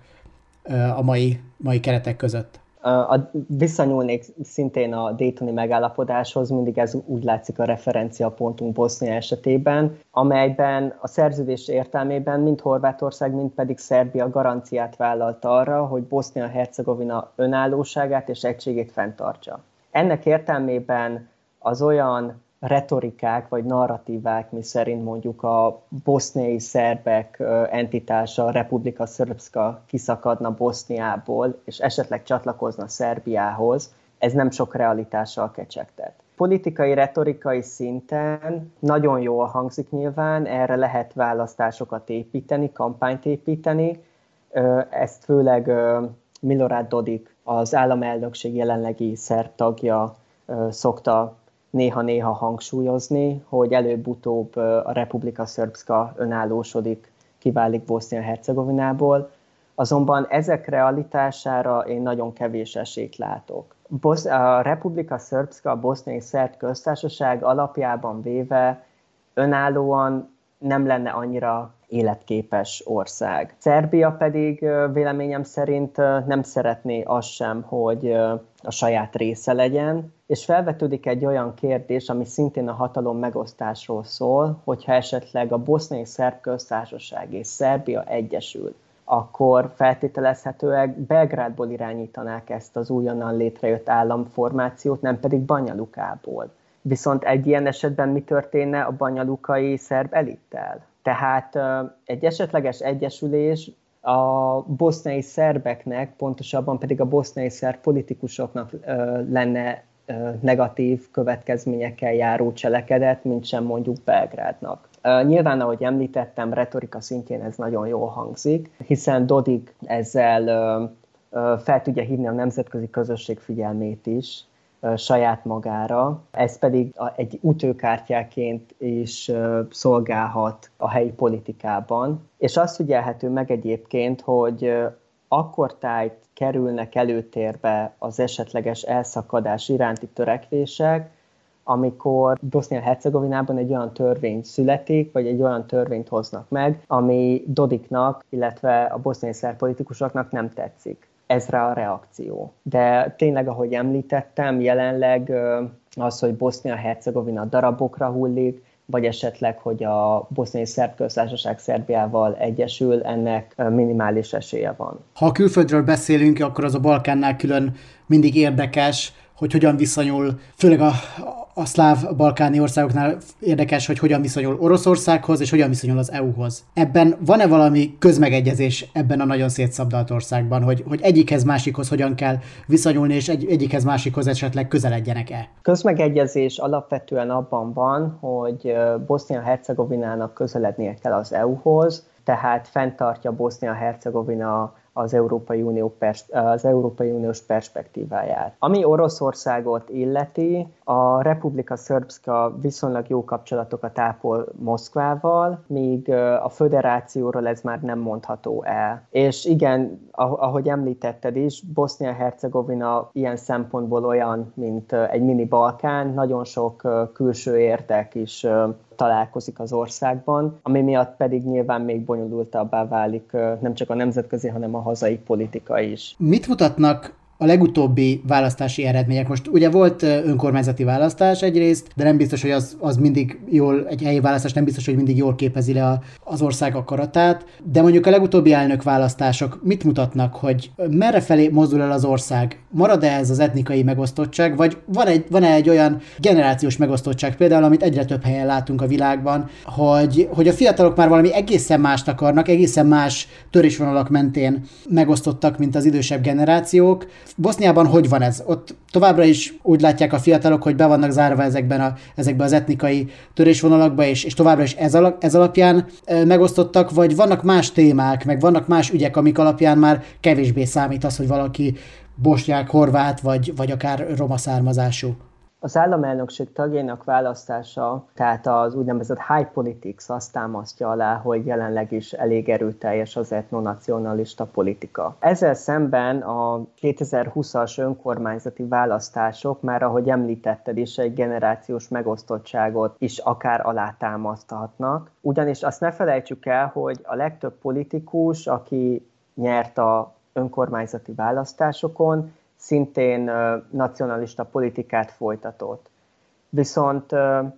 a mai keretek között? Visszanyúlnék szintén a Daytoni megállapodáshoz, mindig ez úgy látszik a referenciapontunk Bosznia esetében, amelyben a szerződés értelmében mind Horvátország, mind pedig Szerbia garanciát vállalt arra, hogy Bosznia-Hercegovina önállóságát és egységét fenntartsa. Ennek értelmében az olyan retorikák vagy narratívák, miszerint mondjuk a boszniai szerbek entitása, a Republika Srpska kiszakadna Boszniából, és esetleg csatlakozna Szerbiához, ez nem sok realitással kecsegtet. Politikai, retorikai szinten nagyon jól hangzik nyilván, erre lehet választásokat építeni, kampányt építeni, ezt főleg Milorad Dodik, az államelnökség jelenlegi szerb tagja szokta néha-néha hangsúlyozni, hogy előbb-utóbb a Republika Srpska önállósodik, kiválik Bosznia-Hercegovinából. Azonban ezek realitására én nagyon kevés esélyt látok. A Republika Srpska, a boszniai szerb köztársaság alapjában véve önállóan nem lenne annyira életképes ország. Szerbia pedig véleményem szerint nem szeretné azt sem, hogy a saját része legyen, és felvetődik egy olyan kérdés, ami szintén a hatalom megosztásról szól, hogyha esetleg a boszniai szerb köztársaság és Szerbia egyesül, akkor feltételezhetőleg Belgrádból irányítanák ezt az újonnan létrejött államformációt, nem pedig Banja Lukából. Viszont egy ilyen esetben mi történne a banjalukai szerb elittel? Tehát egy esetleges egyesülés a boszniai szerbeknek, pontosabban pedig a boszniai szerb politikusoknak lenne negatív következményekkel járó cselekedet, mint sem mondjuk Belgrádnak. Nyilván, ahogy említettem, retorika szintjén ez nagyon jól hangzik, hiszen Dodik ezzel fel tudja hívni a nemzetközi közösség figyelmét is saját magára, ez pedig egy ütőkártyáként is szolgálhat a helyi politikában. És azt figyelhető meg egyébként, hogy akkortájt kerülnek előtérbe az esetleges elszakadás iránti törekvések, amikor Bosznia-Hercegovinában egy olyan törvény születik, vagy egy olyan törvényt hoznak meg, ami Dodiknak, illetve a boszniai szerb politikusoknak nem tetszik. Ez rá a reakció. De tényleg, ahogy említettem, jelenleg az, hogy Bosznia-Hercegovina darabokra hullik, vagy esetleg, hogy a boszniai szerb köztársaság Szerbiával egyesül, ennek minimális esélye van. Ha a külföldről beszélünk, akkor az a Balkánnál külön mindig érdekes, hogy hogyan viszonyul, főleg a szláv balkáni országoknál érdekes, hogy hogyan viszonyul Oroszországhoz, és hogyan viszonyul az EU-hoz. Ebben van-e valami közmegegyezés ebben a nagyon szétszabdalt országban, hogy egyikhez másikhoz hogyan kell viszonyulni, és egyikhez másikhoz esetleg közeledjenek-e? Közmegegyezés alapvetően abban van, hogy Bosznia-Hercegovinának közelednie kell az EU-hoz, tehát fenntartja Bosznia-Hercegovina az Európai Uniós perspektíváját. Ami Oroszországot illeti, a Republika Srpska viszonylag jó kapcsolatokat ápol Moszkvával, míg a föderációról ez már nem mondható el. És igen, ahogy említetted is, Bosznia-Hercegovina ilyen szempontból olyan, mint egy mini Balkán, nagyon sok külső érdek is találkozik az országban, ami miatt pedig nyilván még bonyolultabbá válik nem csak a nemzetközi, hanem a hazai politika is. Mit mutatnak a legutóbbi választási eredmények? Most ugye volt önkormányzati választás egyrészt, de nem biztos, hogy az mindig jól, egy helyi választás nem biztos, hogy mindig jól képezi le az ország akaratát, de mondjuk a legutóbbi elnökválasztások mit mutatnak, hogy merre felé mozdul el az ország? Marad-e ez az etnikai megosztottság, vagy van-e egy olyan generációs megosztottság például, amit egyre több helyen látunk a világban, hogy a fiatalok már valami egészen mást akarnak, egészen más törésvonalak mentén megosztottak, mint az idősebb generációk. Boszniában hogy van ez? Ott továbbra is úgy látják a fiatalok, hogy be vannak zárva ezekbe az etnikai törésvonalakba, és továbbra is ez alapján megosztottak, vagy vannak más témák, meg vannak más ügyek, amik alapján már kevésbé számít az, hogy valaki bosnyák, horvát, vagy akár roma származású? Az államelnökség tagjainak választása, tehát az úgynevezett high politics azt támasztja alá, hogy jelenleg is elég erőteljes az etnonacionalista politika. Ezzel szemben a 2020-as önkormányzati választások már, ahogy említetted is, egy generációs megosztottságot is akár alátámaszthatnak. Ugyanis azt ne felejtsük el, hogy a legtöbb politikus, aki nyert a önkormányzati választásokon, szintén nacionalista politikát folytatott. Viszont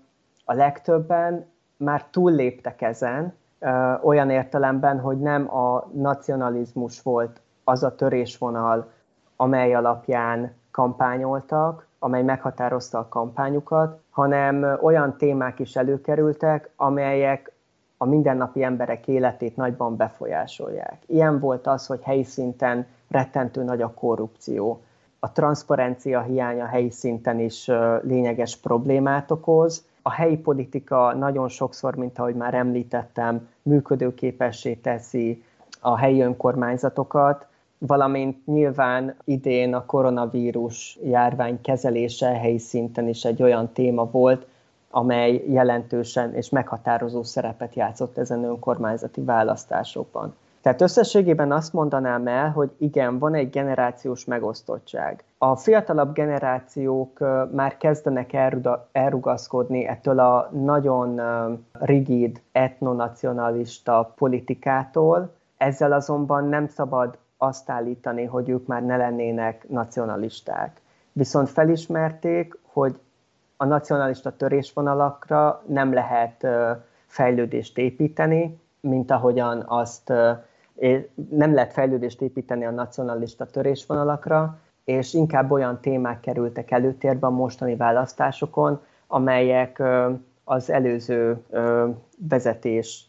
a legtöbben már túlléptek ezen, olyan értelemben, hogy nem a nacionalizmus volt az a törésvonal, amely alapján kampányoltak, amely meghatározta a kampányukat, hanem olyan témák is előkerültek, amelyek a mindennapi emberek életét nagyban befolyásolják. Ilyen volt az, hogy helyi szinten rettentő nagy a korrupció. A transzparencia hiánya helyi szinten is lényeges problémát okoz. A helyi politika nagyon sokszor, mint ahogy már említettem, működőképessé teszi a helyi önkormányzatokat, valamint nyilván idén a koronavírus járvány kezelése helyi szinten is egy olyan téma volt, amely jelentősen és meghatározó szerepet játszott ezen önkormányzati választásokban. Tehát összességében azt mondanám el, hogy igen, van egy generációs megosztottság. A fiatalabb generációk már kezdenek elrugaszkodni ettől a nagyon rigid etnonacionalista politikától, ezzel azonban nem szabad azt állítani, hogy ők már ne lennének nacionalisták. Viszont felismerték, hogy a nacionalista törésvonalakra nem lehet fejlődést építeni, mint ahogyan azt nem lehet fejlődést építeni a nacionalista törésvonalakra, és inkább olyan témák kerültek előtérbe a mostani választásokon, amelyek az előző vezetés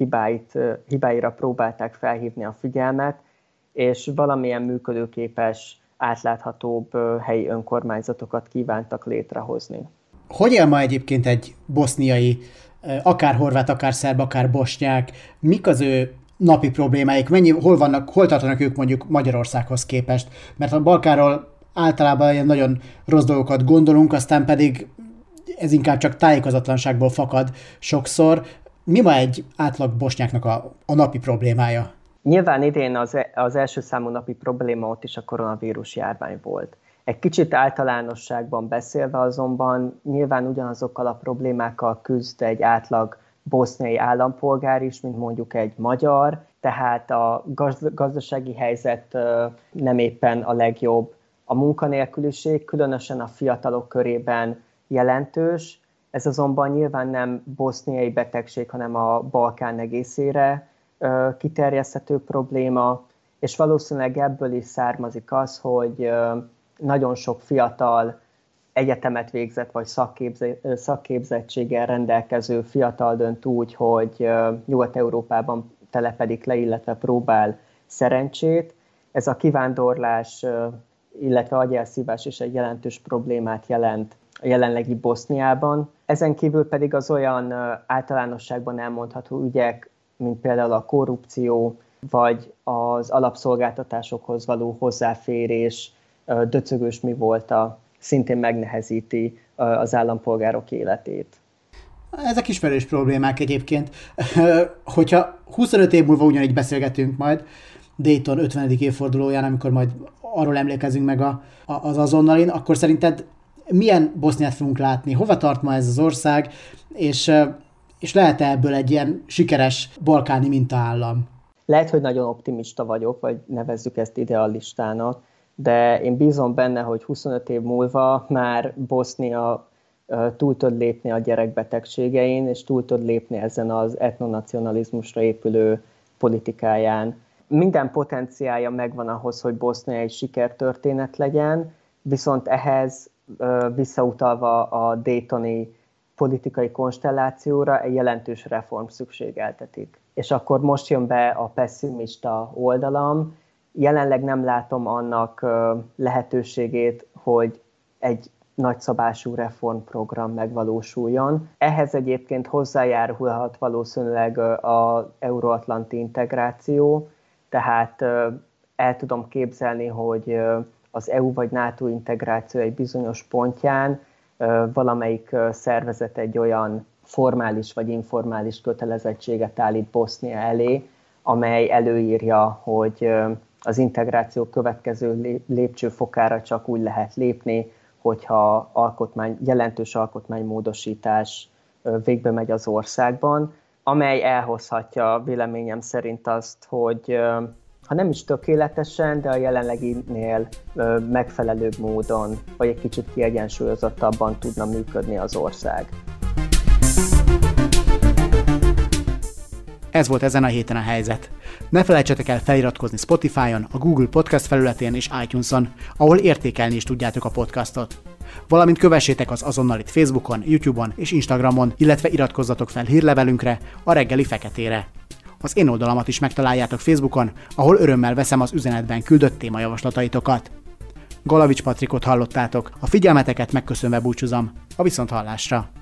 hibáira próbálták felhívni a figyelmet, és valamilyen működőképes, átláthatóbb helyi önkormányzatokat kívántak létrehozni. Hogy él ma egyébként egy boszniai, akár horvát, akár szerb, akár bosnyák? Mik az ő napi problémáik? Hol tartanak ők mondjuk Magyarországhoz képest? Mert a Balkánról általában ilyen nagyon rossz dolgokat gondolunk, aztán pedig ez inkább csak tájékozatlanságból fakad sokszor. Mi ma egy átlag bosnyáknak a napi problémája? Nyilván idén az első számú napi probléma ott is a koronavírus járvány volt. Egy kicsit általánosságban beszélve azonban nyilván ugyanazokkal a problémákkal küzd egy átlag boszniai állampolgár is, mint mondjuk egy magyar, tehát a gazdasági helyzet nem éppen a legjobb. A munkanélküliség különösen a fiatalok körében jelentős, ez azonban nyilván nem boszniai betegség, hanem a Balkán egészére kiterjeszthető probléma, és valószínűleg ebből is származik az, hogy nagyon sok fiatal egyetemet végzett, vagy szakképzettséggel rendelkező fiatal dönt úgy, hogy Nyugat-Európában telepedik le, illetve próbál szerencsét. Ez a kivándorlás, illetve agyelszívás is egy jelentős problémát jelent a jelenlegi Boszniában. Ezen kívül pedig az olyan általánosságban elmondható ügyek, mint például a korrupció, vagy az alapszolgáltatásokhoz való hozzáférés, döcögős mivolta szintén megnehezíti az állampolgárok életét. Ezek ismerős problémák egyébként. Hogyha 25 év múlva ugyanígy beszélgetünk majd, Dayton 50. évfordulóján, amikor majd arról emlékezünk meg az azonnalin, akkor szerinted milyen Boszniát fogunk látni? Hova tart ma ez az ország? És lehet-e ebből egy ilyen sikeres balkáni mintaállam? Lehet, hogy nagyon optimista vagyok, vagy nevezzük ezt idealistának, de én bízom benne, hogy 25 év múlva már Bosznia túl tud lépni a gyerekbetegségein, és túl tud lépni ezen az etnonacionalizmusra épülő politikáján. Minden potenciálja megvan ahhoz, hogy Bosznia egy sikertörténet legyen, viszont ehhez visszautalva a daytoni politikai konstellációra egy jelentős reform szükségeltetik. És akkor most jön be a pessimista oldalam. Jelenleg nem látom annak lehetőségét, hogy egy nagyszabású reformprogram megvalósuljon. Ehhez egyébként hozzájárulhat valószínűleg az euróatlanti integráció, tehát el tudom képzelni, hogy az EU vagy NATO integráció egy bizonyos pontján valamelyik szervezet egy olyan formális vagy informális kötelezettséget állít Bosznia elé, amely előírja, hogy az integráció következő lépcsőfokára csak úgy lehet lépni, hogyha jelentős alkotmánymódosítás végbe megy az országban, amely elhozhatja véleményem szerint azt, hogy ha nem is tökéletesen, de a jelenleginél megfelelőbb módon, vagy egy kicsit kiegyensúlyozottabban tudna működni az ország. Ez volt ezen a héten a helyzet. Ne felejtsetek el feliratkozni Spotify-on, a Google Podcast felületén és iTunes-on, ahol értékelni is tudjátok a podcastot. Valamint kövessétek az Azonnalit Facebookon, YouTube-on és Instagramon, illetve iratkozzatok fel hírlevelünkre, a Reggeli Feketére. Az én oldalamat is megtaláljátok Facebookon, ahol örömmel veszem az üzenetben küldött témajavaslataitokat. Galavics Patrikot hallottátok, a figyelmeteket megköszönve búcsúzom, a viszonthallásra!